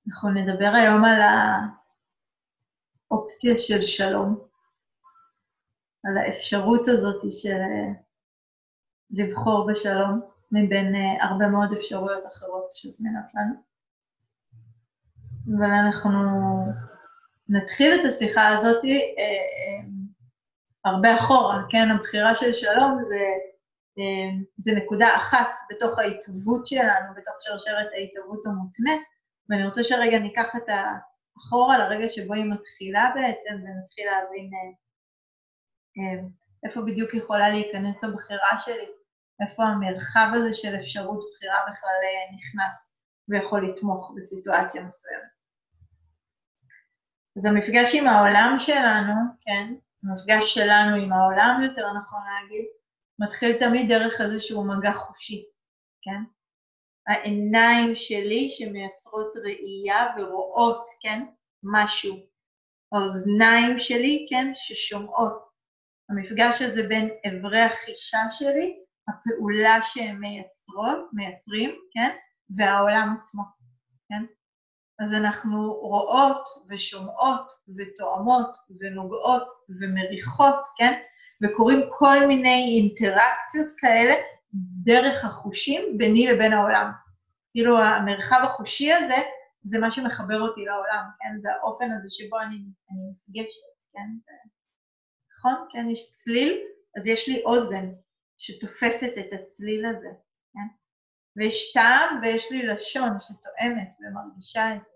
אנחנו נדבר היום על האופציה של שלום, על האפשרות הזאת של לבחור בשלום מבין הרבה מאוד אפשרויות אחרות שזמינות לנו. אבל אנחנו נתחיל את השיחה הזאת הרבה אחורה, כן? הבחירה של שלום זה נקודה אחת בתוך ההתהוות שלנו, בתוך שרשרת ההתהוות המותנית, ואני רוצה שרגע ניקח את האחורה לרגע שבו היא מתחילה בעצם, ונתחיל להבין איפה בדיוק יכולה להיכנס הבחירה שלי, איפה המרחב הזה של אפשרות בחירה בכלל נכנס ויכול לתמוך בסיטואציה מסוימת. אז המפגש עם העולם שלנו, כן, המפגש שלנו עם העולם יותר נכון להגיד, מתחיל תמיד דרך איזשהו מגע חושי, כן? העיניים שלי שמייצרות ראייה ורואות, כן, משהו. האוזניים שלי, כן, ששומעות. המפגש הזה בין עברי החישה שלי, הפעולה שהם מייצרים, כן, והעולם עצמו, כן? אז אנחנו רואות ושומעות ותואמות ונוגעות ומריחות, כן? וקוראים כל מיני אינטראקציות כאלה דרך החושים ביני לבין העולם. כאילו המרחב החושי הזה זה מה שמחבר אותי לעולם, כן? זה האופן הזה שבו אני מפגשת, כן? נכון? כן, יש צליל, אז יש לי אוזן שתופסת את הצליל הזה, כן? ויש טעם ויש לי לשון שתואמת ומרגישה את זה.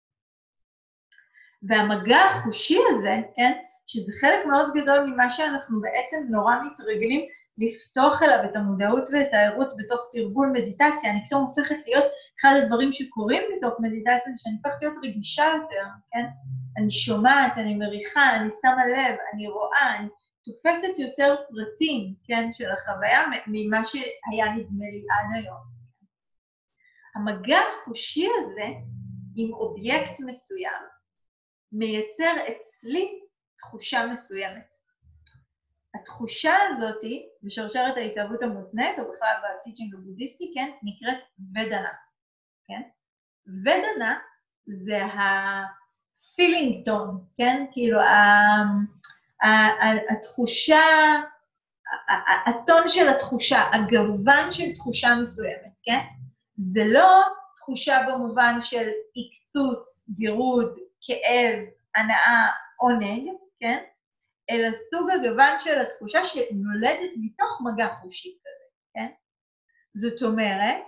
והמגע החושי הזה, כן, שזה חלק מאוד גדול ממה שאנחנו בעצם נורא מתרגלים לפתוח אליו את המודעות ואת הערות בתוך תרגול מדיטציה, אני פתאום הופכת להיות אחד הדברים שקורים בתוך מדיטציה, שאני הופכת להיות רגישה יותר, כן? אני שומעת, אני מריחה, אני שמה לב, אני רואה, אני תופסת יותר פרטים, כן, של החוויה ממה שהיה נדמה לי עד היום. המגע החושי הזה עם אובייקט מסוים מייצר אצלי תחושה מסוימת. התחושה הזאת בשרשרת ההתהוות המותנית, או בכלל בטיצ'ינג הבודהיסטי, כן, נקראת ודנה, כן? ודנה זה ה-feeling tone, כן? כאילו התחושה, הטון של התחושה, הגוון של תחושה מסוימת, כן? זה לא תחושה במובן של עקצוץ, גירוד, כאב, הנאה, עונג, כן? אלא סוג הגוון של התחושה שנולדת מתוך מגע חושי כזה, כן? זאת אומרת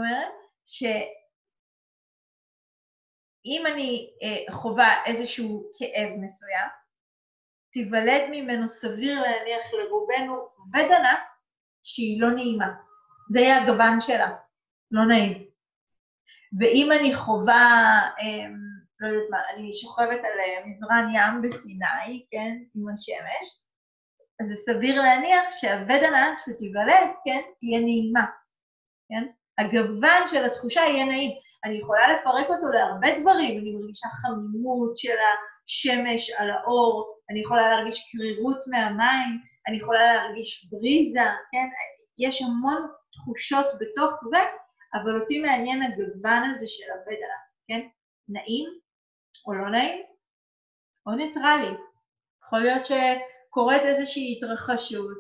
שאם אני חווה איזשהו כאב מסוים, תיוולד ממנו סביר להניח לרובנו ודנה שהיא לא נעימה. זה יהיה הגוון שלה, לא נעים. ואם אני חווה, לא יודעת מה, אני שוכבת על מזרן ים בסיני, כן, עם השמש, אז זה סביר להניח שהוודנה שתיוולד, כן, תהיה נעימה, כן? הגוון של התחושה יהיה נעים. אני יכולה לפרק אותו להרבה דברים, אני מרגישה חמימות של השמש על האור, אני יכולה להרגיש קרירות מהמים, אני יכולה להרגיש בריזה, כן? יש המון תחושות בתוך זה, אבל אותי מעניין הגוון הזה של הוודנה, כן? נעים או לא נעים, או ניטרלי. יכול להיות שקורית איזושהי התרחשות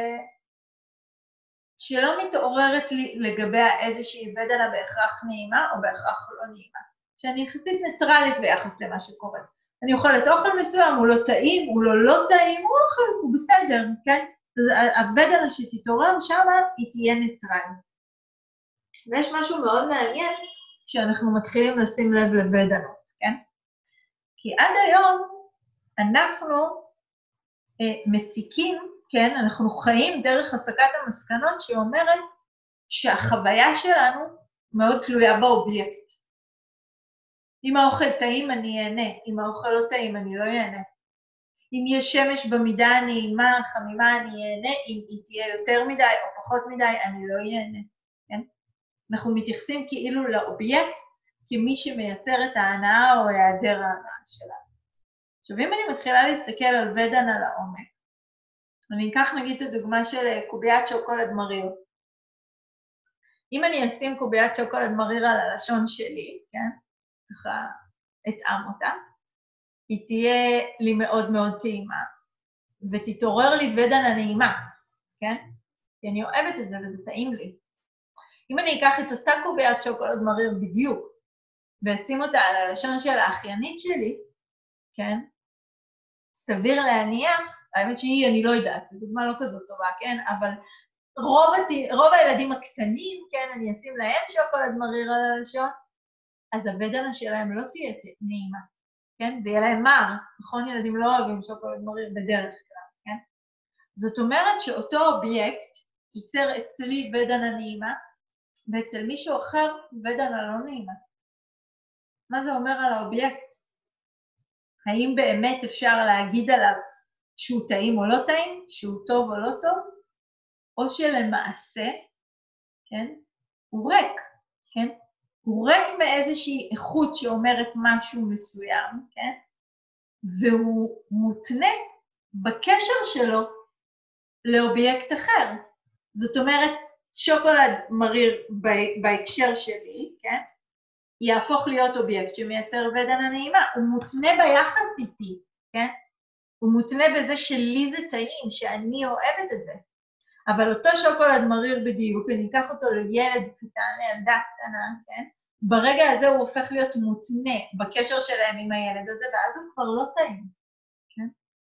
שלא מתעוררת לי לגביה איזושהי ודנה בהכרח נעימה או בהכרח לא נעימה, שאני יחסית ניטרלית ביחס למה שקורה. אני אוכלת אוכל מסוים, הוא לא טעים, הוא לא טעים, הוא אוכל, הוא בסדר, כן? הוודנה שתתעורר שם היא תהיה ניטרלית. ויש משהו מאוד מעניין כשאנחנו מתחילים לשים לב לוודנות, כן? כי עד היום אנחנו מסיקים, כן? אנחנו חיים דרך הסקת המסקנות שאומרת שהחוויה שלנו מאוד תלויה באובייקט. אם האוכל טעים אני אהנה, אם האוכל לא טעים אני לא אהנה. אם יש שמש במידה הנעימה, חמימה אני אהנה, אם היא תהיה יותר מדי או פחות מדי אני לא אהנה, כן? אנחנו מתייחסים כאילו לאובייקט כמי שמייצר את ההנאה או היעדר ההנאה שלנו. עכשיו, אם אני מתחילה להסתכל על ודנה לעומק, אני אקח נגיד את הדוגמה של קוביית שוקולד מריר. אם אני אשים קוביית שוקולד מריר על הלשון שלי, כן? ככה אטעם אותה, היא תהיה לי מאוד מאוד טעימה, ותתעורר לי ודנה נעימה, כן? כי אני אוהבת את זה וזה טעים לי. אם אני אקח את אותה קוביית שוקולד מריר בדיוק, ואשים אותה על הלשון של האחיינית שלי, כן? סביר להניח, האמת שהיא, אני לא יודעת, זו דוגמה לא כזאת טובה, כן? אבל רוב הילדים הקטנים, כן, אני אשים להם שוקולד מריר על הלשון, אז הוודנה שלהם לא תהיה נעימה, כן? זה יהיה להם מר, נכון? ילדים לא אוהבים שוקולד מריר בדרך כלל, כן? זאת אומרת שאותו אובייקט ייצר אצלי ודנה נעימה, ואצל מישהו אחר ודנה לא נעימה. מה זה אומר על האובייקט? האם באמת אפשר להגיד עליו שהוא טעים או לא טעים, שהוא טוב או לא טוב, או שלמעשה, כן, הוא ריק, כן? הוא ריק מאיזושהי איכות שאומרת משהו מסוים, כן? והוא מותנה בקשר שלו לאובייקט אחר. זאת אומרת, שוקולד מריר בהקשר שלי, כן? יהפוך להיות אובייקט שמייצר ודנה נעימה. הוא מותנה ביחס איתי, כן? הוא מותנה בזה שלי זה טעים, שאני אוהבת את זה. אבל אותו שוקולד מריר בדיוק, אני אקח אותו לילד קטן, לילדה קטנה, כן? ברגע הזה הוא הופך להיות מותנה בקשר שלהם עם הילד הזה, ואז הוא כבר לא טעים, כן?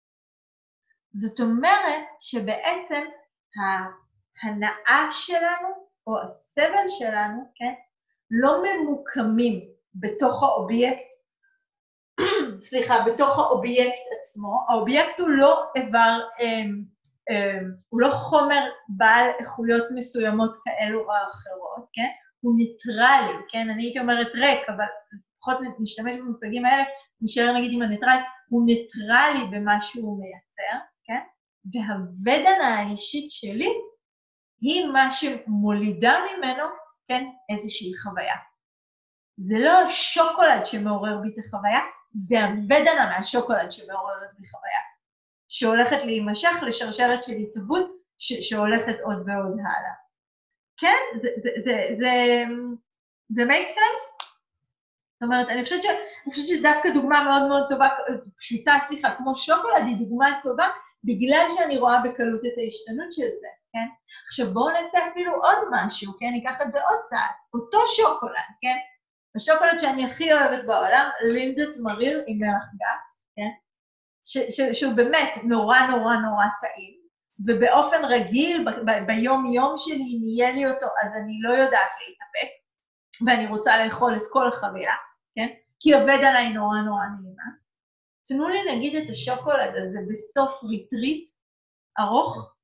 זאת אומרת שבעצם ההנאה שלנו, או הסבל שלנו, כן? לא ממוקמים בתוך האובייקט, סליחה, בתוך האובייקט עצמו. האובייקט הוא לא איבר, הוא לא חומר בעל איכויות מסוימות כאלו או אחרות, כן? הוא ניטרלי, כן? אני הייתי אומרת ריק, אבל לפחות נשתמש במושגים האלה, נשאר נגיד עם הניטרלי, הוא ניטרלי במה שהוא מייצר, כן? והוודנה האישית שלי היא מה שמולידה ממנו, כן? איזושהי חוויה. זה לא השוקולד שמעורר בי את החוויה, זה הוודנה מהשוקולד שמעוררת בי חוויה, שהולכת להימשך לשרשרת של התהוות שהולכת עוד ועוד הלאה. כן? זה make sense? זאת אומרת, אני חושבת שדווקא דוגמה מאוד מאוד טובה, פשוטה, סליחה, כמו שוקולד היא דוגמה טובה, בגלל שאני רואה בקלות את ההשתנות של זה, כן? עכשיו בואו נעשה אפילו עוד משהו, כן? ניקח את זה עוד צעד. אותו שוקולד, כן? השוקולד שאני הכי אוהבת בעולם, לינדט מריר עם מלח גס, כן? שהוא באמת נורא נורא נורא טעים, ובאופן רגיל, ביום יום שלי, אם יהיה לי אותו, אז אני לא יודעת להתאפק, ואני רוצה לאכול את כל החבילה, כן? כי עובד עליי נורא נורא נעימה. תנו לי נגיד את השוקולד הזה בסוף ריטריט ארוך,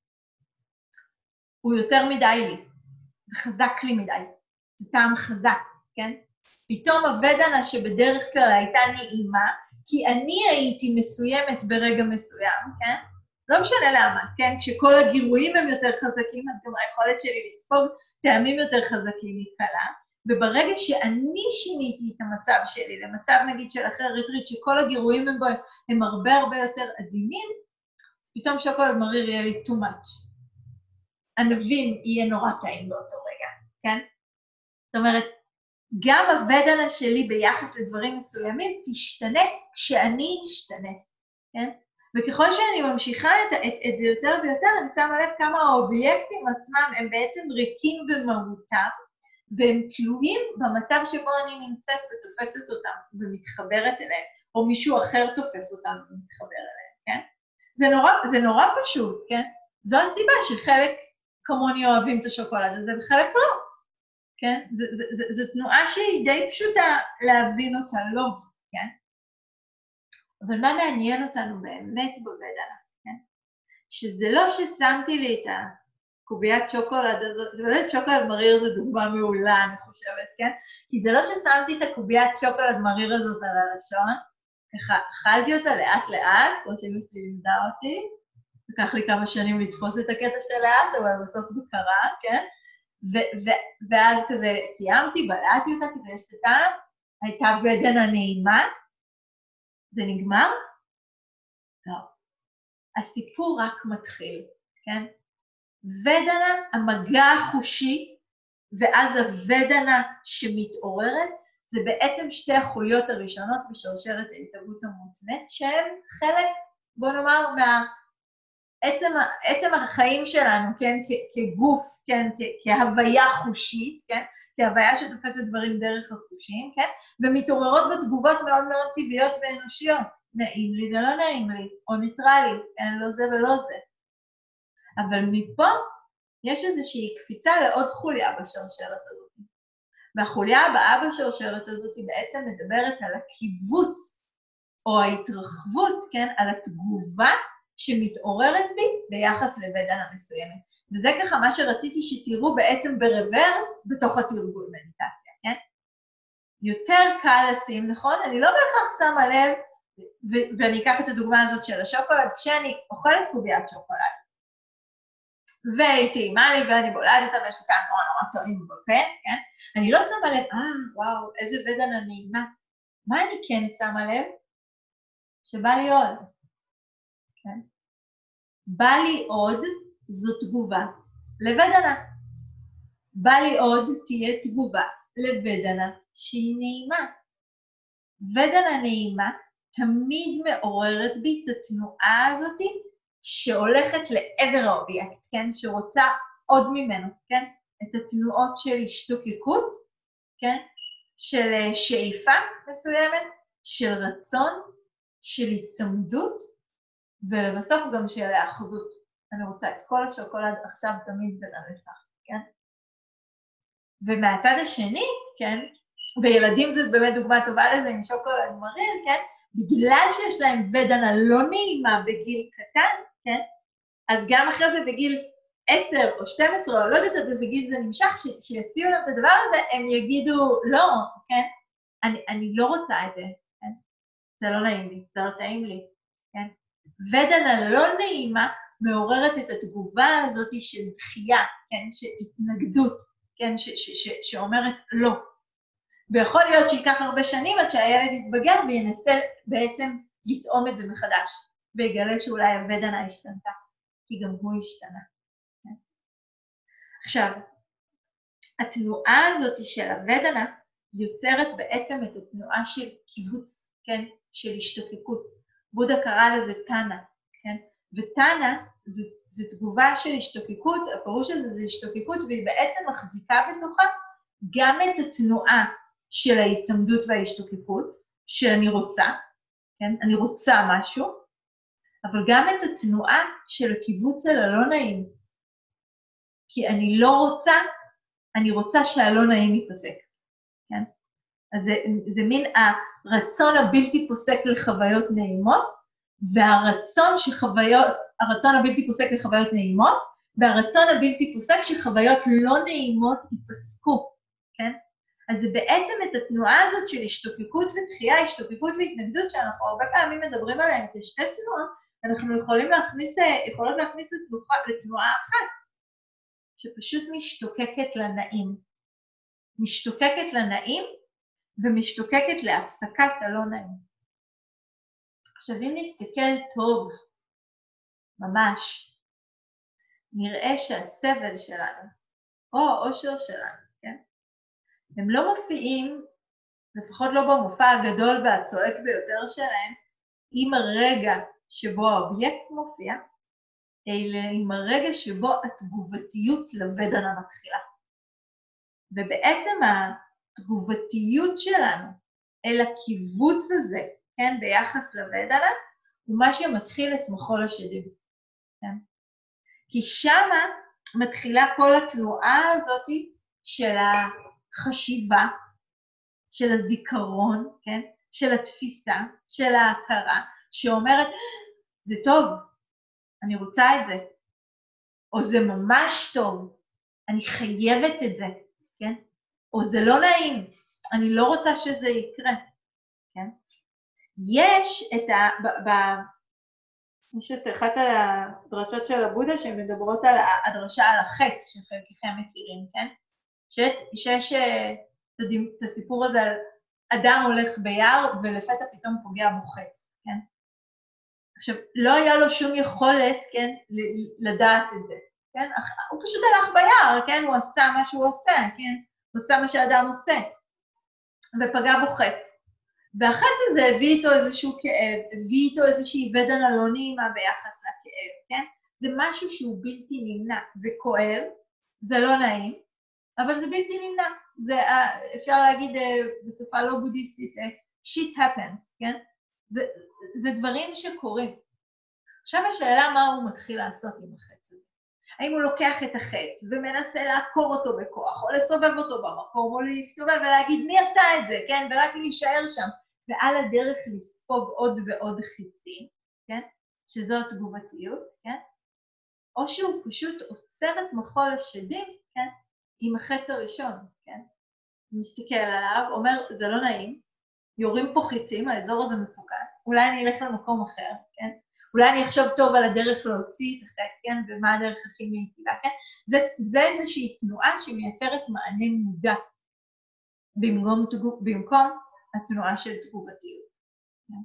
הוא יותר מדי לי, זה חזק לי מדי, זה טעם חזק, כן? פתאום הוודנה שבדרך כלל הייתה נעימה, כי אני הייתי מסוימת ברגע מסוים, כן? לא משנה למה, כן? כשכל הגירויים הם יותר חזקים, אז גם היכולת שלי לספוג טעמים יותר חזקים מקלה, וברגע שאני שיניתי את המצב שלי, למצב נגיד של אחרי ריטריט, שכל הגירויים הם הרבה הרבה יותר עדינים, אז פתאום שוקולד מריר יהיה לי too much. ענבים יהיה נורא טעים באותו רגע, כן? זאת אומרת, גם הוודנה שלי ביחס לדברים מסוימים תשתנה כשאני אשתנה, כן? וככל שאני ממשיכה את זה יותר ויותר, אני שמה לב כמה האובייקטים עצמם הם בעצם ריקים במהותם, והם תלויים במצב שבו אני נמצאת ותופסת אותם ומתחברת אליהם, או מישהו אחר תופס אותם ומתחבר אליהם, כן? זה נורא פשוט, כן? זו הסיבה שחלק כמוני אוהבים את השוקולד הזה וחלק לא, כן? זו תנועה שהיא די פשוטה להבין אותה, לא, כן? אבל מה מעניין אותנו באמת בוודנה, כן? שזה לא ששמתי לי את הקוביית שוקולד הזאת, זה באמת שוקולד מריר זו דוגמה מעולה, אני חושבת, כן? כי זה לא ששמתי את הקוביית שוקולד מריר הזאת על הלשון, ככה אכלתי אותה לאט לאט, כמו שאמא שלי לימדה אותי, לקח לי כמה שנים לתפוס את הקטע של לאט, אבל בסוף זה קרה, כן? ואז כזה סיימתי, בלעתי אותה כזה שתתה, הייתה ודנה נעימה, זה נגמר? לא. הסיפור רק מתחיל, כן? ודנה, המגע החושי, ואז הוודנה שמתעוררת, זה בעצם שתי החוליות הראשונות בשרשרת ההתהוות המותנית, שהן חלק, בוא נאמר, עצם החיים שלנו, כן, כגוף, כן, כהוויה חושית, כן, כהוויה שתופסת דברים דרך החושים, כן, ומתעוררות בתגובות מאוד מאוד טבעיות ואנושיות, נעים לי ולא נעים לי, או ניטרלי, כן, לא זה ולא זה. אבל מפה יש איזושהי קפיצה לעוד חוליה בשרשרת הזאת. והחוליה הבאה בשרשרת הזאת היא בעצם מדברת על הקיבוץ, או ההתרחבות, כן, על התגובה שמתעוררת בי ביחס לבדנה מסוימת. וזה ככה מה שרציתי שתראו בעצם ברוורס בתוך התרגול מדיטציה, כן? יותר קל לשים, נכון? אני לא בהכרח שמה לב, ואני אקח את הדוגמה הזאת של השוקולד, כשאני אוכלת קוביית שוקולד, והיא טעימה לי ואני בולעת אותה ויש לי כאן נורא נורא טעים בפה, כן? אני לא שמה לב, וואו, איזה בדנה נעימה. מה אני כן שמה לב? שבא לי עוד, כן? בא לי עוד זו תגובה לבדנה. בא לי עוד תהיה תגובה לבדנה שהיא נעימה. בדנה נעימה תמיד מעוררת בי את התנועה הזאת שהולכת לעבר האובייקט, כן? שרוצה עוד ממנו, כן? את התנועות של השתוקקות, כן? של שאיפה מסוימת, של רצון, של הצמדות, ולבסוף גם של האחזות. אני רוצה את כל השוקולד עכשיו תמיד ולנצח, כן? ומהצד השני, כן? וילדים זאת באמת דוגמה טובה לזה עם שוקולד מריר, כן? בגלל שיש להם בדנה לא נעימה בגיל קטן, כן? אז גם אחרי זה בגיל 10 או 12, או לא יודעת עד איזה גיל זה נמשך, שיציעו להם את הדבר הזה, הם יגידו, לא, כן? אני לא רוצה את זה, כן? זה לא נעים לי, זה לא טעים לי, כן? בדנה לא נעימה מעוררת את התגובה הזאת של דחייה, כן? של התנגדות, כן? שאומרת לא. ויכול להיות שיקח הרבה שנים עד שהילד יתבגר וינסה בעצם לטעום את זה מחדש, ויגלה שאולי הבדנה השתנתה, כי גם הוא השתנה. כן? עכשיו, התנועה הזאת של הבדנה יוצרת בעצם את התנועה של קיבוץ, כן? של השתוקקות. בודה קרא לזה טאנה, כן? וטאנה זה תגובה של השתוקקות, הפירוש של זה השתוקקות, והיא בעצם מחזיקה בתוכה גם את התנועה של ההצמדות וההשתוקקות, שאני רוצה, כן? אני רוצה משהו, אבל גם את התנועה של הקיבוץ על הלא נעים. כי אני לא רוצה, אני רוצה שהלא נעים ייפסק, כן? אז זה מין הרצון הבלתי פוסק לחוויות נעימות, הרצון הבלתי פוסק לחוויות נעימות, והרצון הבלתי פוסק שחוויות לא נעימות ייפסקו, כן? אז זה בעצם את התנועה הזאת של השתוקקות ודחייה, השתוקקות והתנגדות, שאנחנו הרבה פעמים מדברים עליהן כשתי תנועות, אנחנו יכולות להכניס לתנועה אחת, שפשוט משתוקקת לנעים. משתוקקת לנעים ומשתוקקת להפסקת הלא נעים. עכשיו אם נסתכל טוב, ממש, נראה שהסבל שלנו, או האושר שלנו, כן? הם לא מופיעים, לפחות לא במופע הגדול והצועק ביותר שלהם, עם הרגע שבו האובייקט מופיע, אלא עם הרגע שבו התגובתיות לבדנה מתחילה. ובעצם התגובתיות שלנו אל הקיבוץ הזה, כן, ביחס לבדנה, הוא מה שמתחיל את מחול השדים. כן? כי שמה מתחילה כל התנועה הזאת של החשיבה, של הזיכרון, כן? של התפיסה, של ההכרה, שאומרת, זה טוב, אני רוצה את זה, או זה ממש טוב, אני חייבת את זה, כן? או זה לא נעים, אני לא רוצה שזה יקרה, כן? יש את אחת הדרשות של הבודה שמדברות על הדרשה על החץ, שחלקכם מכירים, כן? שיש את הסיפור הזה על אדם הולך ביער ולפתע פתאום פוגע בו חץ, כן? עכשיו, לא היה לו שום יכולת, כן, לדעת את זה, כן? הוא פשוט הלך ביער, כן? הוא עשה מה שהוא עושה, כן? הוא עושה מה שאדם עושה. ופגע בו חץ. והחץ הזה הביא איתו איזשהו כאב, הביא איתו איזושהי ודנה לא נעימה ביחס לכאב, כן? זה משהו שהוא בלתי נמנע, זה כואב, זה לא נעים, אבל זה בלתי נמנע. זה, אפשר להגיד בשפה לא בודהיסטית, shit happens, כן? זה דברים שקורים. עכשיו השאלה מה הוא מתחיל לעשות עם החץ הזה. האם הוא לוקח את החץ ומנסה לעקור אותו בכוח, או לסובב אותו במקום, או להסתובב ולהגיד מי עשה את זה, כן? ורק להישאר שם, ועל הדרך לספוג עוד ועוד חיצים, כן? שזו התגובתיות, כן? או שהוא פשוט עוצר את מחול השדים, כן? עם החץ הראשון, כן? מסתכל עליו, אומר, זה לא נעים, יורים פה חיצים, האזור הזה מסוכן, אולי אני אלך למקום אחר, כן? אולי אני אחשוב טוב על הדרך להוציא את החץ, כן? ומה הדרך הכי מיטיבה, כן? זה איזושהי תנועה שמייצרת מענה מודע, במקום התנועה של תגובתיות. כן?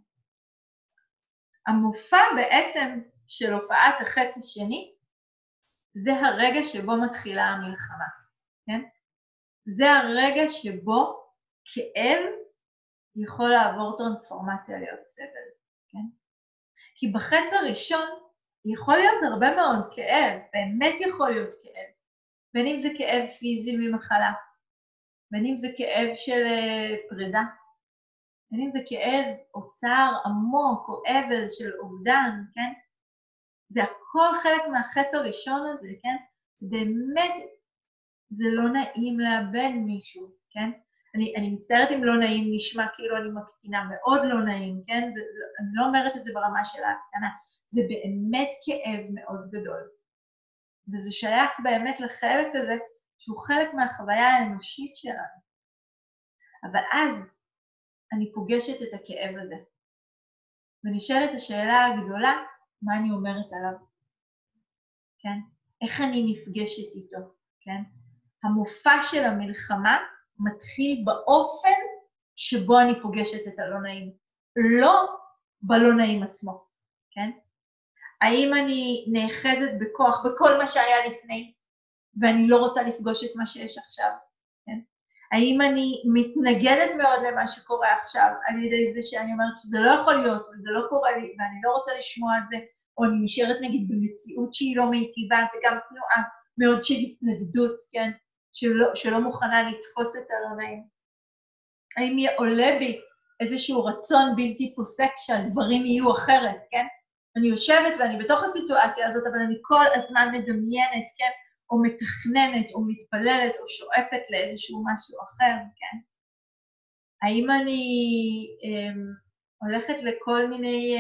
המופע בעצם של הופעת החץ השני, זה הרגע שבו מתחילה המלחמה, כן? זה הרגע שבו כאב יכול לעבור טרנספורמציה להיות סבל, כן? כי בחץ הראשון יכול להיות הרבה מאוד כאב, באמת יכול להיות כאב, בין אם זה כאב פיזי ממחלה, בין אם זה כאב של פרידה, בין אם זה כאב או צער עמוק או אבל של אובדן, כן? זה הכל חלק מהחץ הראשון הזה, כן? זה באמת, זה לא נעים לאבד מישהו, כן? אני מצטערת אם לא נעים נשמע כאילו אני מקטינה, מאוד לא נעים, כן? אני לא אומרת את זה ברמה של ההקטנה, זה באמת כאב מאוד גדול. וזה שייך באמת לחלק הזה, שהוא חלק מהחוויה האנושית שלנו. אבל אז אני פוגשת את הכאב הזה. ונשאלת השאלה הגדולה, מה אני אומרת עליו? כן? איך אני נפגשת איתו? כן? המופע של המלחמה מתחיל באופן שבו אני פוגשת את הלא נעים. לא בלא נעים עצמו, כן? האם אני נאחזת בכוח בכל מה שהיה לפני, ואני לא רוצה לפגוש את מה שיש עכשיו, כן? האם אני מתנגדת מאוד למה שקורה עכשיו, על ידי זה שאני אומרת שזה לא יכול להיות, וזה לא קורה לי, ואני לא רוצה לשמוע על זה, או אני נשארת נגיד במציאות שהיא לא מיטיבה, זה גם תנועה מאוד של התנגדות, כן? שלא מוכנה לתפוס את הלא נעים. האם עולה בי איזשהו רצון בלתי פוסק שהדברים יהיו אחרת, כן? אני יושבת ואני בתוך הסיטואציה הזאת, אבל אני כל הזמן מדמיינת, כן? או מתכננת, או מתפללת, או שואפת לאיזשהו משהו אחר, כן? האם אני הולכת לכל מיני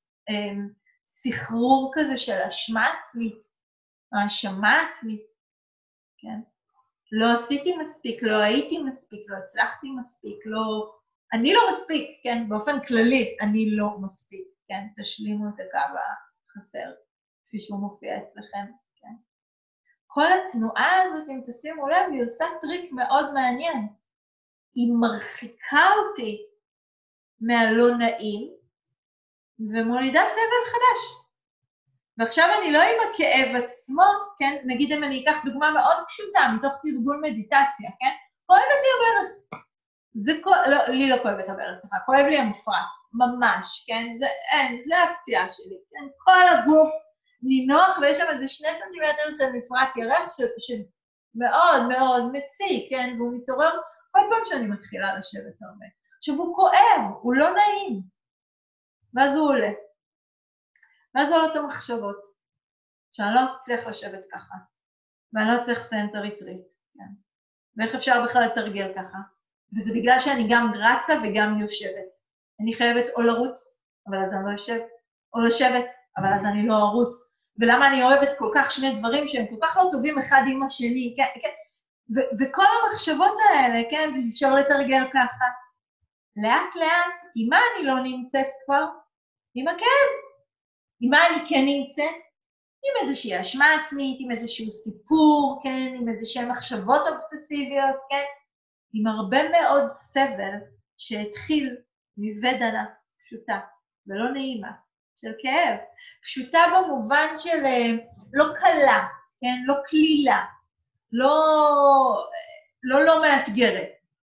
סחרור כזה של אשמה עצמית, או האשמה עצמית, כן? לא עשיתי מספיק, לא הייתי מספיק, לא הצלחתי מספיק, לא... אני לא מספיק, כן? באופן כללי, אני לא מספיק, כן? תשלימו את הקו החסר, כפי שהוא מופיע אצלכם, כן? כל התנועה הזאת, אם תשימו לב, היא עושה טריק מאוד מעניין. היא מרחיקה אותי מהלא נעים, ומולידה סבל חדש. ועכשיו אני לא עם הכאב עצמו, כן? נגיד אם אני אקח דוגמה מאוד פשוטה, מתוך תרגול מדיטציה, כן? כואבת לי הברך. לי לא כואבת הברך, סליחה, כואב לי המפרק, ממש, כן? זה הפציעה שלי, כן? כל הגוף נינוח, ויש שם איזה 2 סנטימטר של מפרק ירך, שמאוד מאוד מציק, כן? והוא מתעורר כל פעם שאני מתחילה לשבת הרבה. עכשיו הוא כואב, הוא לא נעים. ואז הוא עולה. ואז עולות המחשבות, שאני לא אצליח לשבת ככה, ואני לא אצליח לסיים את הריטריט, כן? ואיך אפשר בכלל לתרגל ככה? וזה בגלל שאני גם רצה וגם יושבת. אני חייבת או לרוץ, אבל אז אני לא יושב, או לשבת, אבל אז אני לא ארוץ. ולמה אני אוהבת כל כך שני דברים שהם כל כך לא טובים אחד עם השני, כן? כן? וכל המחשבות האלה, כן? אפשר לתרגל ככה. לאט לאט, עם מה אני לא נמצאת כבר? עם הכאב. עם מה אני כן נמצאת? עם איזושהי אשמה עצמית, עם איזשהו סיפור, כן? עם איזושהי מחשבות אובססיביות, כן? עם הרבה מאוד סבל שהתחיל מבדנה פשוטה ולא נעימה, של כאב. פשוטה במובן של לא קלה, כן? לא כלילה, לא מאתגרת.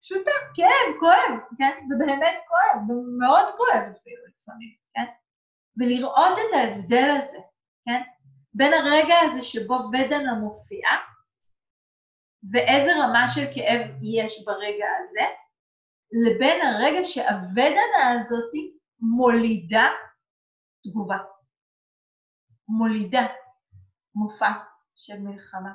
פשוטה, כאב, כואב, כן? זה באמת כואב, מאוד כואב אפילו לפעמים, כן? ולראות את ההבדל הזה, כן? בין הרגע הזה שבו ודנה מופיעה, ואיזה רמה של כאב יש ברגע הזה, לבין הרגע שהוודנה הזאת מולידה תגובה. מולידה מופע של מלחמה.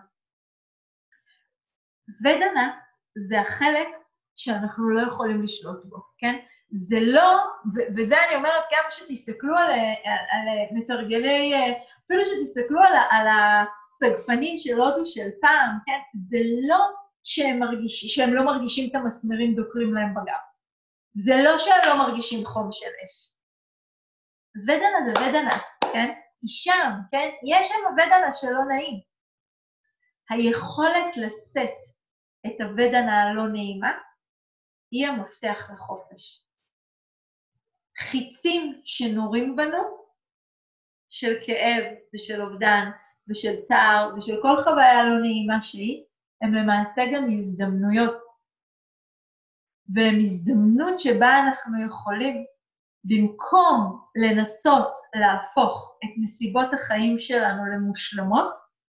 ודנה זה החלק שאנחנו לא יכולים לשלוט בו, כן? זה לא, וזה אני אומרת גם שתסתכלו על מתרגלי, אפילו שתסתכלו על הסגפנים של הודו של פעם, כן? זה לא שהם לא מרגישים את המסמרים דוקרים להם בגב. זה לא שהם לא מרגישים חום של אש. ודנה זה ודנה, כן? היא שם, כן? יש שם ודנה שלא נעים. היכולת לשאת את הוודנה הלא נעימה היא המפתח לחופש. חיצים שנורים בנו, של כאב ושל אובדן ושל צער ושל כל חוויה לא נעימה שהיא, הם למעשה גם הזדמנויות. והם הזדמנות שבה אנחנו יכולים, במקום לנסות להפוך את נסיבות החיים שלנו למושלמות,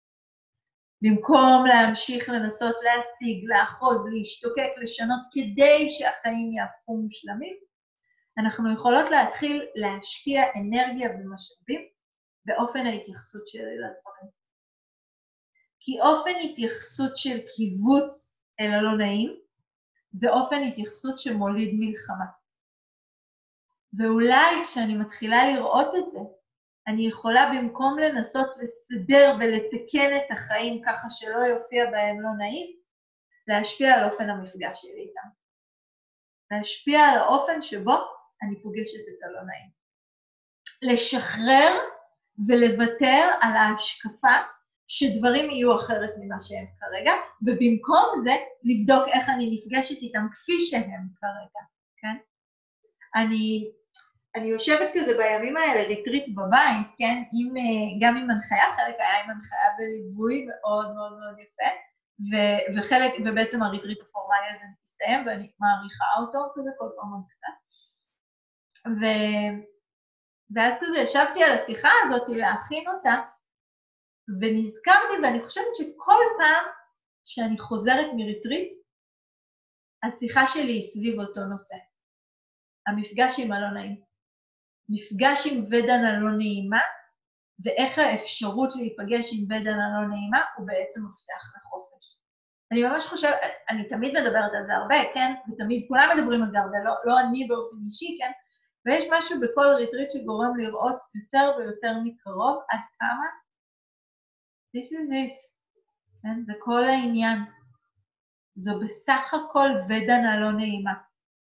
במקום להמשיך לנסות להשיג, לאחוז, להשתוקק, לשנות כדי שהחיים יהפכו מושלמים, אנחנו יכולות להתחיל להשקיע אנרגיה ומשאבים באופן ההתייחסות שלי לדברים. כי אופן התייחסות של קיבוץ אל הלא נעים, זה אופן התייחסות שמוליד מלחמה. ואולי כשאני מתחילה לראות את זה, אני יכולה במקום לנסות לסדר ולתקן את החיים ככה שלא יופיע בהם לא נעים, להשפיע על אופן המפגש שלי איתם. להשפיע על האופן שבו אני פוגשת את הלא נעים. לשחרר ולוותר על ההשקפה שדברים יהיו אחרת ממה שהם כרגע, ובמקום זה לבדוק איך אני נפגשת איתם כפי שהם כרגע, כן? אני יושבת כזה בימים האלה, ריטריט בבית, כן? גם עם הנחיה, חלק היה עם הנחיה בליווי מאוד מאוד מאוד יפה, ובעצם הריטריט הפורמלי הזה מסתיים, ואני מעריכה אותו כזה כל פעם עוד קצת. ואז כזה ישבתי על השיחה הזאת להכין אותה, ונזכרתי, ואני חושבת שכל פעם שאני חוזרת מריטריט, השיחה שלי היא סביב אותו נושא. המפגש עם הלא נעים. מפגש עם ודנה לא נעימה, ואיך האפשרות להיפגש עם ודנה לא נעימה, הוא בעצם מפתח לחופש. אני ממש חושבת, אני תמיד מדברת על זה הרבה, כן? ותמיד כולם מדברים על זה הרבה, לא אני באופן אישי, כן? ויש משהו בכל ריטריט שגורם לראות יותר ויותר מקרוב, עד כמה this is it, כן? זה כל העניין. זו בסך הכל ודנה לא נעימה.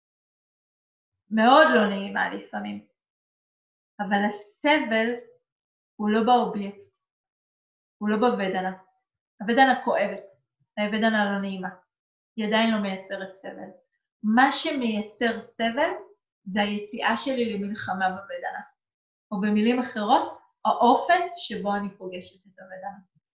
מאוד לא נעימה לפעמים. אבל הסבל הוא לא באובייקט, הוא לא בוודנה. הוודנה כואבת, הוודנה לא נעימה. היא עדיין לא מייצרת סבל. מה שמייצר סבל זה היציאה שלי למלחמה בוודנה. או במילים אחרות, האופן שבו אני פוגשת את הוודנה.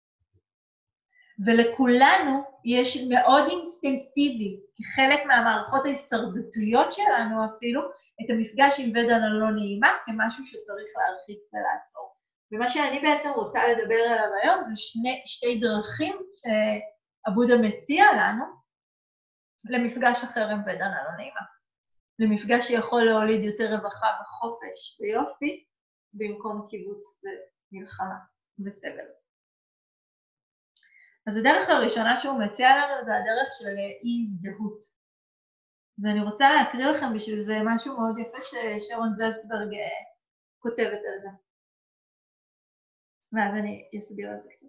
ולכולנו יש מאוד אינסטינקטיבי, כחלק מהמערכות ההישרדותיות שלנו אפילו, את המפגש עם ודנה לא נעימה כמשהו שצריך להרחיק ולעצור. ומה שאני בעצם רוצה לדבר עליו היום זה שתי דרכים שעבודה מציע לנו למפגש אחר עם ודנה לא נעימה. למפגש שיכול להוליד יותר רווחה וחופש ויופי, במקום קיבוץ ומלחמה וסבל. אז הדרך הראשונה שהוא מציע לנו זה הדרך של אי-הזדהות. ואני רוצה להקריא לכם בשביל זה משהו מאוד יפה ששרון זלצברג כותבת על זה. ואז אני אסביר על זה קצת.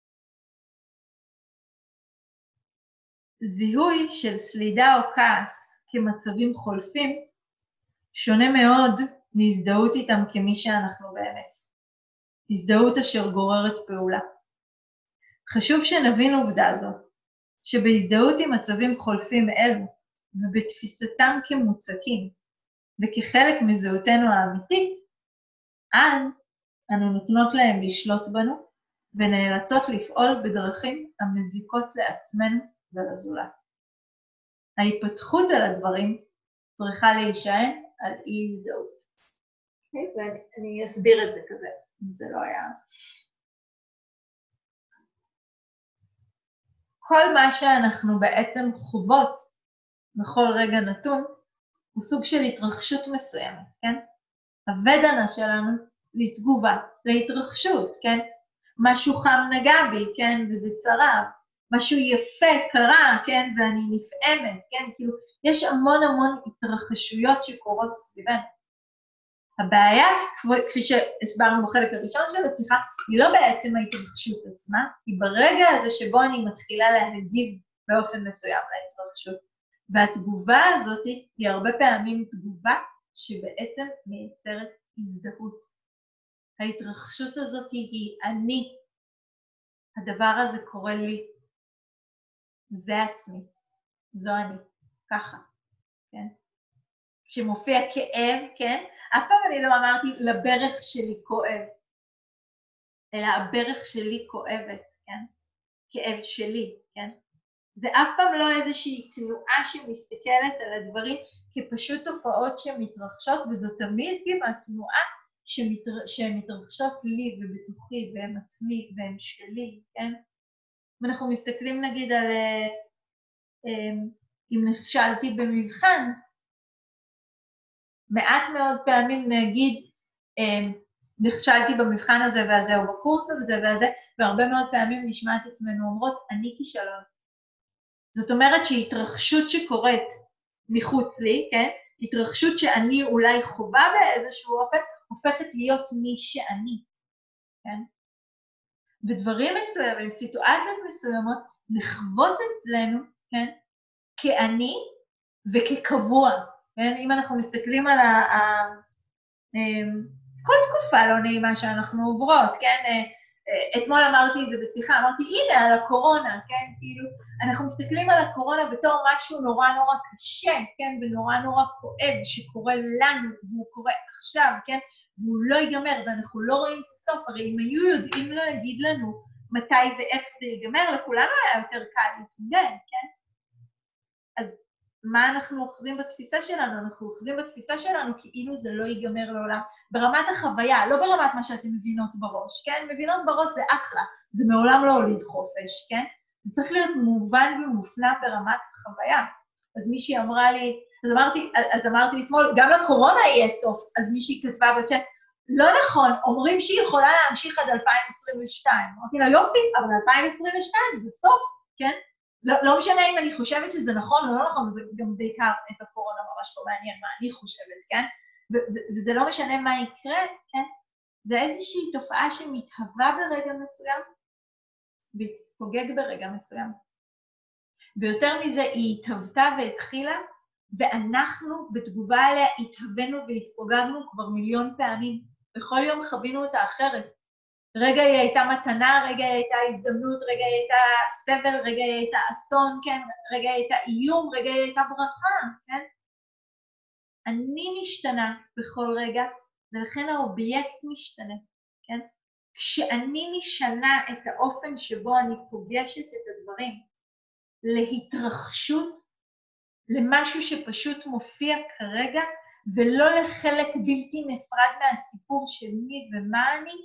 זיהוי של סלידה או כעס כמצבים חולפים שונה מאוד מהזדהות איתם כמי שאנחנו באמת. הזדהות אשר גוררת פעולה. חשוב שנבין עובדה זו, שבהזדהות עם מצבים חולפים אלו, ובתפיסתם כמוצקים, וכחלק מזהותנו האמיתית, אז אנו נותנות להם לשלוט בנו, ונאלצות לפעול בדרכים המזיקות לעצמנו ולזולת. ההתפתחות על הדברים צריכה להישען על אי הזדהות. ואני אסביר את זה כזה, אם זה לא היה. כל מה שאנחנו בעצם חוות בכל רגע נתון, הוא סוג של התרחשות מסוימת, כן? הוודנה שלנו לתגובה, להתרחשות, כן? משהו חם נגע בי, כן? וזה צרב. משהו יפה קרה, כן? ואני נפעמת, כן? כאילו, יש המון התרחשויות שקורות סביבנו. הבעיה, כפי שהסברנו בחלק הראשון של השיחה, היא לא בעצם ההתרחשות עצמה, היא ברגע הזה שבו אני מתחילה להגיב באופן מסוים להתרחשות. והתגובה הזאת היא הרבה פעמים תגובה שבעצם מייצרת הזדהות. ההתרחשות הזאת היא אני. הדבר הזה קורה לי. זה עצמי. זו אני. ככה. כן? כשמופיע כאב, כן? אף פעם אני לא אמרתי לברך שלי כואב, אלא הברך שלי כואבת, כן? כאב שלי, כן? זה אף פעם לא איזושהי תנועה שמסתכלת על הדברים כפשוט תופעות שמתרחשות, וזו תמיד כמעט תנועה שהן מתרחשות לי ובתוכי, והן עצמי והן שלי, כן? ואנחנו מסתכלים נגיד על אם נכשלתי במבחן, מעט מאוד פעמים נגיד, נכשלתי במבחן הזה והזה, או בקורס הזה והזה, והרבה מאוד פעמים נשמע את עצמנו אומרות, אני כישלון. זאת אומרת שהתרחשות שקורית מחוץ לי, כן? התרחשות שאני אולי חובה באיזשהו אופן, הופכת להיות מי שאני, כן? ודברים מסוימים, סיטואציות מסוימות, נחוות אצלנו, כן? כאני וכקבוע, כן? אם אנחנו מסתכלים על כל תקופה לא נעימה שאנחנו עוברות, כן? אתמול אמרתי את זה בשיחה, אמרתי, הנה, על הקורונה, כן? כאילו, אנחנו מסתכלים על הקורונה בתור משהו נורא קשה, כן? ונורא כואב שקורה לנו, והוא קורה עכשיו, כן? והוא לא ייגמר, ואנחנו לא רואים את הסוף, הרי אם היו יודעים להגיד לנו מתי ואיך זה ייגמר, לכולנו היה יותר קל להתמודד, כן? אז מה אנחנו אוחזים בתפיסה שלנו? אנחנו אוחזים בתפיסה שלנו כאילו זה לא ייגמר לעולם. ברמת החוויה, לא ברמת מה שאתם מבינות בראש, כן? מבינות בראש זה אחלה, זה מעולם לא הוליד חופש, כן? זה צריך להיות מובן ומופנם ברמת החוויה. אז מישהי אמרה לי, אז אמרתי אתמול, גם לקורונה יהיה סוף, אז מישהי כתבה בצ'אט, לא נכון, אומרים שהיא יכולה להמשיך עד 2022. אמרתי לה, יופי, אבל 2022 זה סוף, כן? לא משנה אם אני חושבת שזה נכון או לא נכון, זה גם בעיקר את הקורונה ממש לא מעניין מה אני חושבת, כן? וזה לא משנה מה יקרה, כן? זה איזושהי תופעה שמתהווה ברגע מסוים, והיא תתפוגג ברגע מסוים. ויותר מזה, היא התהוותה והתחילה, ואנחנו בתגובה עליה התהווינו והתפוגגנו כבר מיליון פעמים. בכל יום חווינו אותה אחרת. רגע היא הייתה מתנה, רגע היא הייתה הזדמנות, רגע היא הייתה סבל, רגע היא הייתה אסון, כן? רגע היא הייתה איום, רגע היא הייתה ברכה, כן? אני משתנה בכל רגע, ולכן האובייקט משתנה, כן? כשאני משנה את האופן שבו אני פוגשת את הדברים, להתרחשות, למשהו שפשוט מופיע כרגע, ולא לחלק בלתי נפרד מהסיפור של מי ומה אני,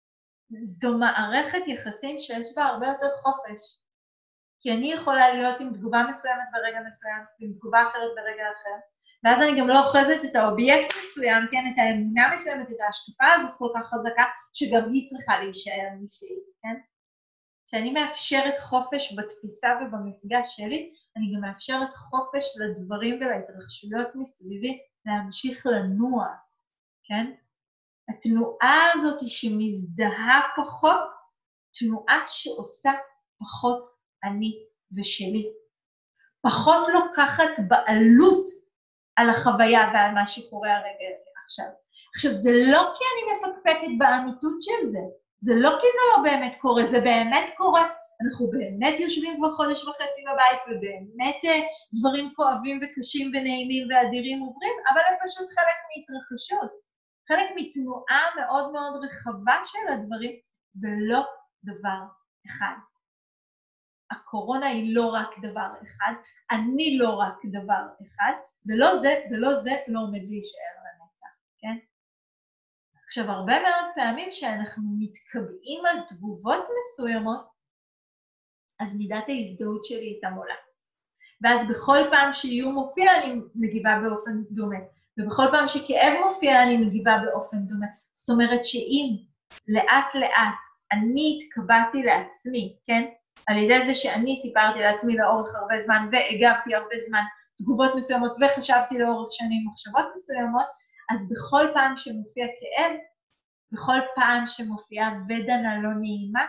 זו מערכת יחסים שיש בה הרבה יותר חופש. כי אני יכולה להיות עם תגובה מסוימת ברגע מסוים, עם תגובה אחרת ברגע אחר. ואז אני גם לא אוחזת את האובייקט מסוים, כן, את האמונה מסוימת, את ההשקפה הזאת כל כך חזקה, שגם היא צריכה להישאר מישהי, כן? כשאני מאפשרת חופש בתפיסה ובמפגש שלי, אני גם מאפשרת חופש לדברים ולהתרחשויות מסביבי להמשיך לנוע, כן? התנועה הזאת שמזדהה פחות, תנועה שעושה פחות אני ושלי. פחות לוקחת בעלות על החוויה ועל מה שקורה הרגע עכשיו. עכשיו, זה לא כי אני מפקפקת באמיתות של זה, זה לא כי זה לא באמת קורה, זה באמת קורה. אנחנו באמת יושבים כבר חודש וחצי בבית, ובאמת דברים כואבים וקשים ונעימים ואדירים עוברים, אבל הם פשוט חלק מהתרחשות. חלק מתנועה מאוד רחבה של הדברים, ולא דבר אחד. הקורונה היא לא רק דבר אחד, אני לא רק דבר אחד, ולא זה לא עומד להישאר לנצח, כן? עכשיו, הרבה מאוד פעמים שאנחנו מתקבעים על תגובות מסוימות, אז מידת ההזדהות שלי איתה עולה. ואז בכל פעם שאיום מופיע אני מגיבה באופן דומה, ובכל פעם שכאב מופיע אני מגיבה באופן דומה. זאת אומרת שאם לאט לאט אני התקבעתי לעצמי, כן? על ידי זה שאני סיפרתי לעצמי לאורך הרבה זמן והגבתי הרבה זמן תגובות מסוימות וחשבתי לאורך שנים מחשבות מסוימות, אז בכל פעם שמופיע כאב, בכל פעם שמופיעה ודנה לא נעימה,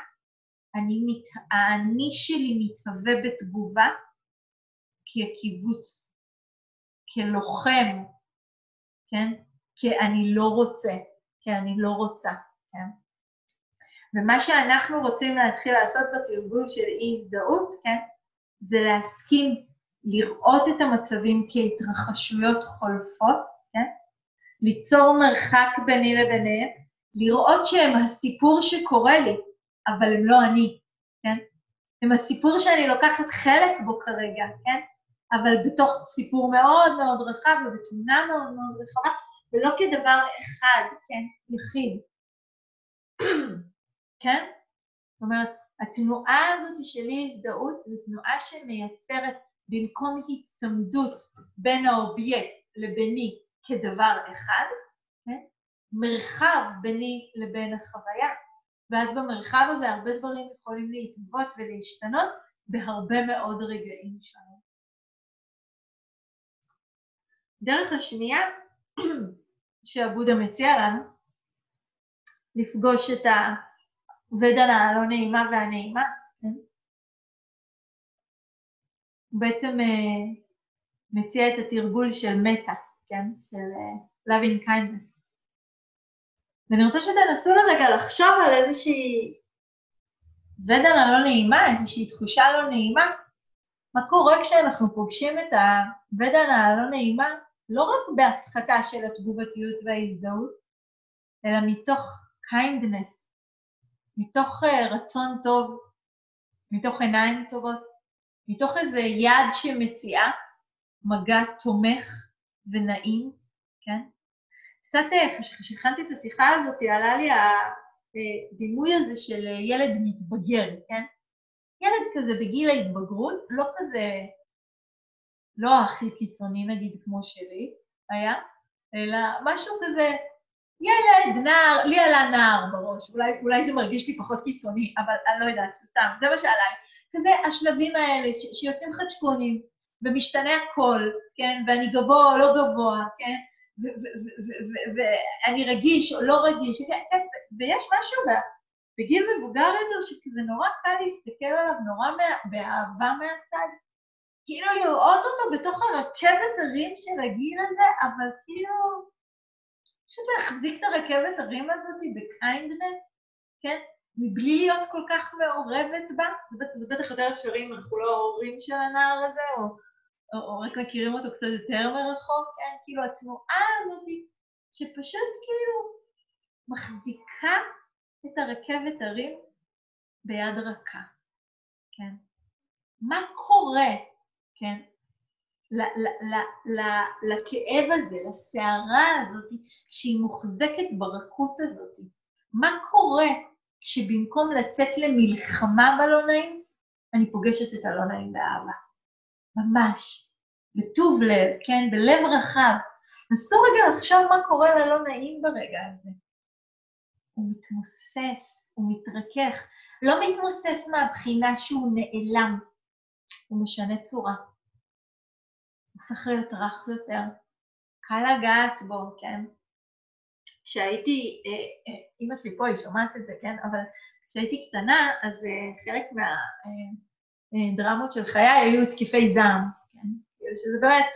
האני שלי מתהווה בתגובה כקיבוץ, כלוחם, כן? כי אני לא רוצה, כי אני לא רוצה, כן? ומה שאנחנו רוצים להתחיל לעשות בתרגול של אי-הזדהות, כן? זה להסכים לראות את המצבים כהתרחשויות חולפות, כן? ליצור מרחק ביני לביניהם, לראות שהם הסיפור שקורה לי, אבל הם לא אני, כן? הם הסיפור שאני לוקחת חלק בו כרגע, כן? אבל בתוך סיפור מאוד מאוד רחב ובתמונה מאוד מאוד רחבה, ולא כדבר אחד, כן? יחיד. כן? זאת אומרת, התנועה הזאת שלי הזדהות, זו תנועה שמייצרת במקום הצמדות בין האובייקט לביני כדבר אחד, כן? מרחב ביני לבין החוויה, ואז במרחב הזה הרבה דברים יכולים להתוות ולהשתנות בהרבה מאוד רגעים שונים. דרך השנייה שהבודה מציע לנו, לפגוש את הוודנה הלא נעימה והנעימה, כן? הוא בעצם מציע את התרגול של מטה, כן? של loving kindness. ואני רוצה שתנסו לרגע לחשוב על איזושהי ודנה לא נעימה, איזושהי תחושה לא נעימה. מה קורה כשאנחנו פוגשים את הוודנה הלא נעימה, לא רק בהפחתה של התגובתיות וההזדהות, אלא מתוך kindness, מתוך רצון טוב, מתוך עיניים טובות, מתוך איזה יד שמציעה מגע תומך ונעים, כן? קצת כשהכנתי את השיחה הזאת, עלה לי הדימוי הזה של ילד מתבגר, כן? ילד כזה בגיל ההתבגרות, לא כזה, לא הכי קיצוני נגיד כמו שלי היה, אלא משהו כזה, ילד, נער, לי עלה נער בראש, אולי זה מרגיש לי פחות קיצוני, אבל אני לא יודעת, סתם, זה מה שעלה לי. כזה השלבים האלה שיוצאים חדשקונים, ומשתנה הכל, כן? ואני גבוה או לא גבוה, כן? ואני רגיש או לא רגיש, ויש משהו בגיל מבוגר יותר שכזה נורא קל להסתכל עליו, נורא באהבה מהצד, כאילו לראות אותו בתוך הרכבת הרים של הגיל הזה, אבל כאילו פשוט להחזיק את הרכבת הרים הזאת בקיינדנס, כן? מבלי להיות כל כך מעורבת בה, זה בטח יותר אפשרי אם אנחנו לא ההורים של הנער הזה, או רק מכירים אותו קצת יותר מרחוק, כן? כאילו התנועה הזאת שפשוט כאילו מחזיקה את הרכבת הרים ביד רכה, כן? מה קורה, כן? לכאב הזה, לסערה הזאת, שהיא מוחזקת ברכות הזאת? מה קורה כשבמקום לצאת למלחמה בלא נעים, אני פוגשת את הלא נעים באהבה? ממש, בטוב לב, כן? בלב רחב. נסו רגע לחשוב מה קורה ללא נעים ברגע הזה. הוא מתמוסס, הוא מתרכך. לא מתמוסס מהבחינה שהוא נעלם, הוא משנה צורה. הוא הופך להיות רך יותר. קל לגעת בו, כן? כשהייתי, אמא שלי פה, היא שומעת את זה, כן? אבל כשהייתי קטנה, אז חלק מהדרמות של חיי היו תקיפי זעם, כן? שזה באמת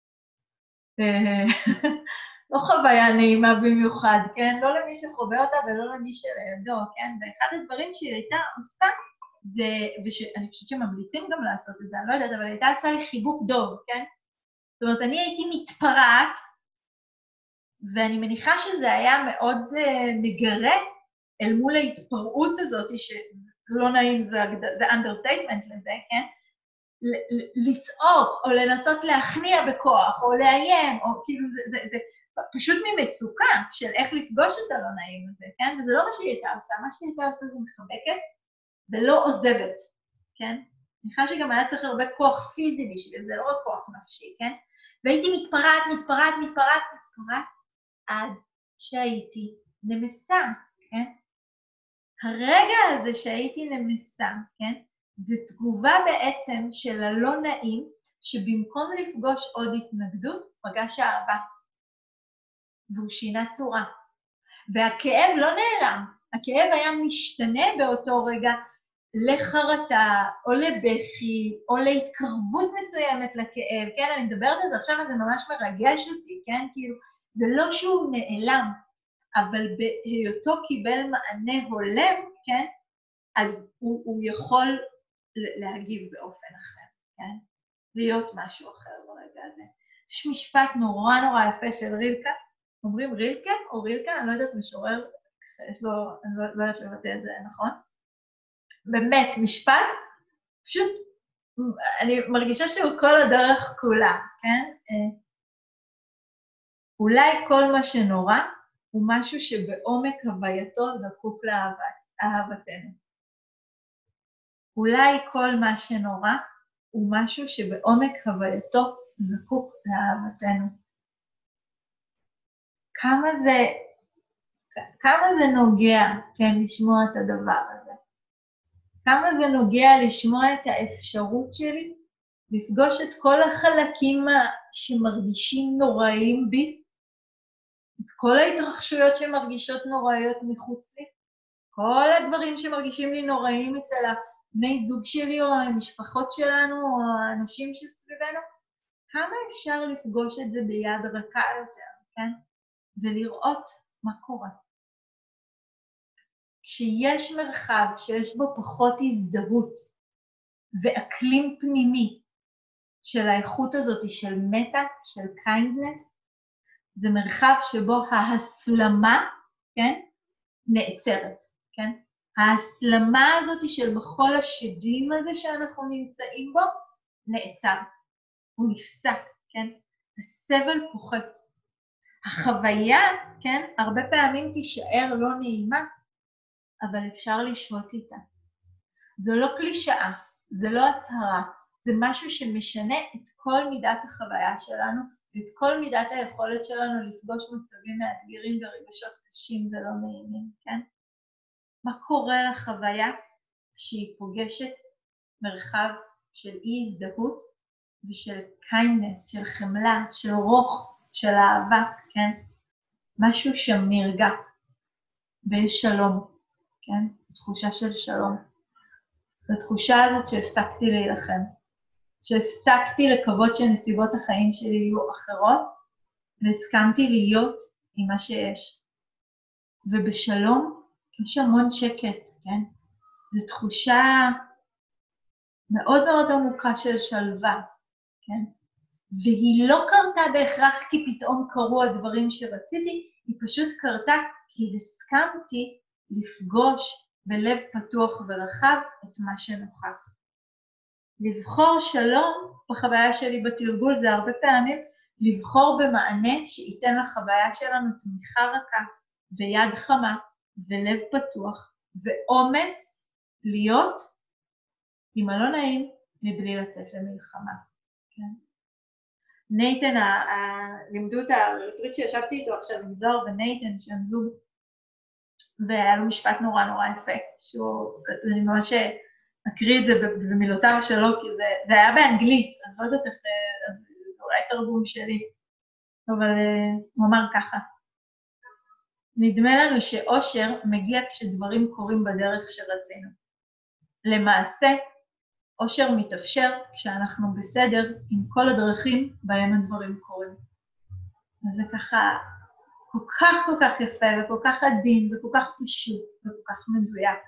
לא חוויה נעימה במיוחד, כן? לא למי שחווה אותה ולא למי שלידו, כן? ואחד הדברים שהיא הייתה עושה, זה, ואני חושבת שממליצים גם לעשות את זה, אני לא יודעת, אבל היא הייתה עושה לי חיבוק דוב, כן? זאת אומרת, אני הייתי מתפרעת, ואני מניחה שזה היה מאוד מגרה אל מול ההתפרעות הזאת, לא נעים זה understatement לזה, כן? לצעוק, או לנסות להכניע בכוח, או לאיים, או כאילו זה פשוט ממצוקה של איך לפגוש את הלא נעים הזה, כן? וזה לא מה שהיא הייתה עושה, מה שהיא הייתה עושה זה מחבקת, ולא עוזבת, כן? אני חושב שגם היה צריך הרבה כוח פיזי בשביל זה, לא רק כוח נפשי, כן? והייתי מתפרעת, עד שהייתי נמסה, כן? הרגע הזה שהייתי נמסה, כן? זה תגובה בעצם של הלא נעים, שבמקום לפגוש עוד התנגדות, פגש אהבה. והוא שינה צורה. והכאב לא נעלם, הכאב היה משתנה באותו רגע לחרטה, או לבכי, או להתקרבות מסוימת לכאב, כן? אני מדברת על זה עכשיו, זה ממש מרגש אותי, כן? כאילו, זה לא שהוא נעלם, אבל בהיותו קיבל מענה הולם, כן? אז הוא יכול להגיב באופן אחר, כן? להיות משהו אחר ברגע הזה. יש משפט נורא יפה של רילקה, אומרים רילקה או רילקה, אני לא יודעת משורר, יש לו, אני לא יודעת לבטא את זה, נכון? באמת, משפט, פשוט, אני מרגישה שהוא כל הדרך כולה, כן? אולי כל מה שנורא הוא משהו שבעומק הווייתו זקוק לאהבתנו. אולי כל מה שנורא הוא משהו שבעומק הווייתו זקוק לאהבתנו. כמה זה נוגע, כן, לשמוע את הדבר הזה. כמה זה נוגע לשמוע את האפשרות שלי, לפגוש את כל החלקים שמרגישים נוראים בי, את כל ההתרחשויות שמרגישות נוראיות מחוץ לי, כל הדברים שמרגישים לי נוראים אצל הבני זוג שלי או המשפחות שלנו או האנשים שסביבנו, כמה אפשר לפגוש את זה ביד רכה יותר, כן? ולראות מה קורה. כשיש מרחב שיש בו פחות הזדהות ואקלים פנימי של האיכות הזאת של מטה, של kindness, זה מרחב שבו ההסלמה, כן, נעצרת, כן? ההסלמה הזאת של מחול השדים הזה שאנחנו נמצאים בו, נעצר. הוא נפסק, כן? הסבל פוחת. החוויה, כן, הרבה פעמים תישאר לא נעימה, אבל אפשר לשהות איתה. זו לא קלישאה, זה לא הצהרה, זה משהו שמשנה את כל מידת החוויה שלנו, ואת כל מידת היכולת שלנו לפגוש מצבים מאתגרים ורגשות קשים ולא נעימים, כן? מה קורה לחוויה כשהיא פוגשת מרחב של אי-הזדהות ושל kindness, של חמלה, של רוך, של אהבה, כן? משהו שם נרגע, ויש שלום, כן? תחושה של שלום. בתחושה הזאת שהפסקתי להילחם, שהפסקתי לקוות שנסיבות החיים שלי יהיו אחרות, והסכמתי להיות עם מה שיש. ובשלום יש המון שקט, כן? זו תחושה מאוד עמוקה של שלווה, כן? והיא לא קרתה בהכרח כי פתאום קרו הדברים שרציתי, היא פשוט קרתה כי הסכמתי לפגוש בלב פתוח ורחב את מה שנוכח. לבחור שלום בחוויה שלי בתרגול זה הרבה פעמים לבחור במענה שייתן לחוויה שלנו תמיכה רכה ויד חמה ולב פתוח ואומץ להיות עם הלא נעים מבלי לצאת למלחמה. כן? נייתן, לימדו את הריטריט שישבתי איתו עכשיו עם זוהר ונייתן שהם זוג, והיה לו משפט נורא יפה, אני ממש אקריא את זה במילותיו שלו, כי זה היה באנגלית, אני לא יודעת איך, זה אולי תרגום שלי, אבל הוא אמר ככה, נדמה לנו שאושר מגיע כשדברים קורים בדרך שרצינו. למעשה, אושר מתאפשר כשאנחנו בסדר עם כל הדרכים בהם הדברים קורים. אז זה ככה כל כך יפה וכל כך עדין וכל כך פשוט וכל כך מדויק.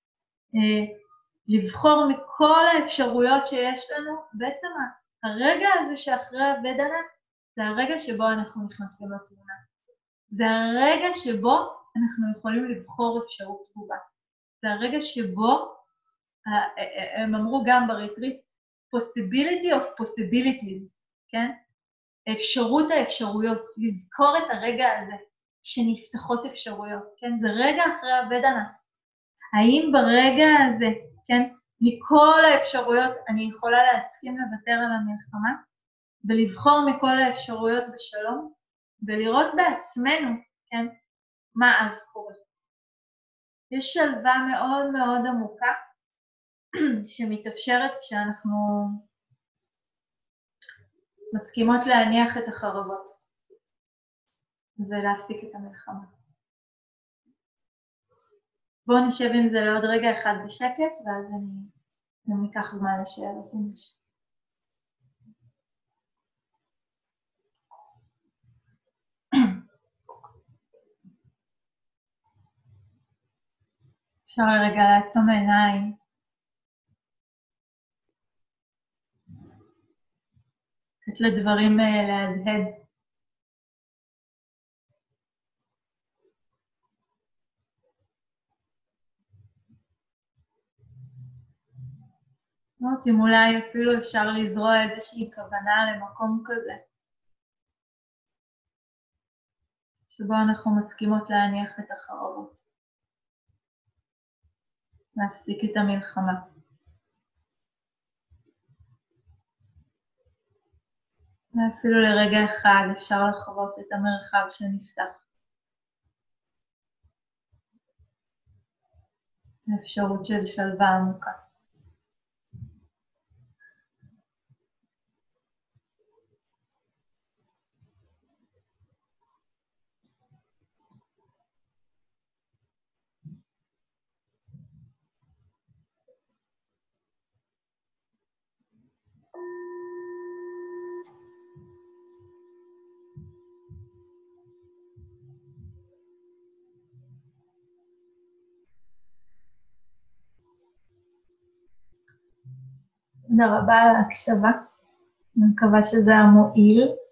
לבחור מכל האפשרויות שיש לנו, בעצם הרגע הזה שאחרי הוודנה, זה הרגע שבו אנחנו נכנסים לתמונה. זה הרגע שבו אנחנו יכולים לבחור אפשרות תגובה. זה הרגע שבו הם אמרו גם בריטריט, possibility of possibilities, כן? אפשרות האפשרויות, לזכור את הרגע הזה שנפתחות אפשרויות, כן? זה רגע אחרי הבדנה. האם ברגע הזה, כן, מכל האפשרויות אני יכולה להסכים לוותר על המלחמה, ולבחור מכל האפשרויות בשלום, ולראות בעצמנו, כן, מה אז קורה. יש שלווה מאוד מאוד עמוקה, שמתאפשרת כשאנחנו מסכימות להניח את החרבות, ולהפסיק את המלחמה. בואו נשב עם זה לעוד רגע אחד בשקט, ואז אני גם ניקח זמן לשאלות אם יש. אפשר לרגע לעצום עיניים. לתת לדברים להדהד. אם אולי אפילו אפשר לזרוע איזושהי כוונה למקום כזה, שבו אנחנו מסכימות להניח את החרבות. להפסיק את המלחמה. ואפילו לרגע אחד אפשר לחוות את המרחב שנפתח. האפשרות של שלווה עמוקה. תודה רבה על ההקשבה. אני מקווה שזה היה מועיל.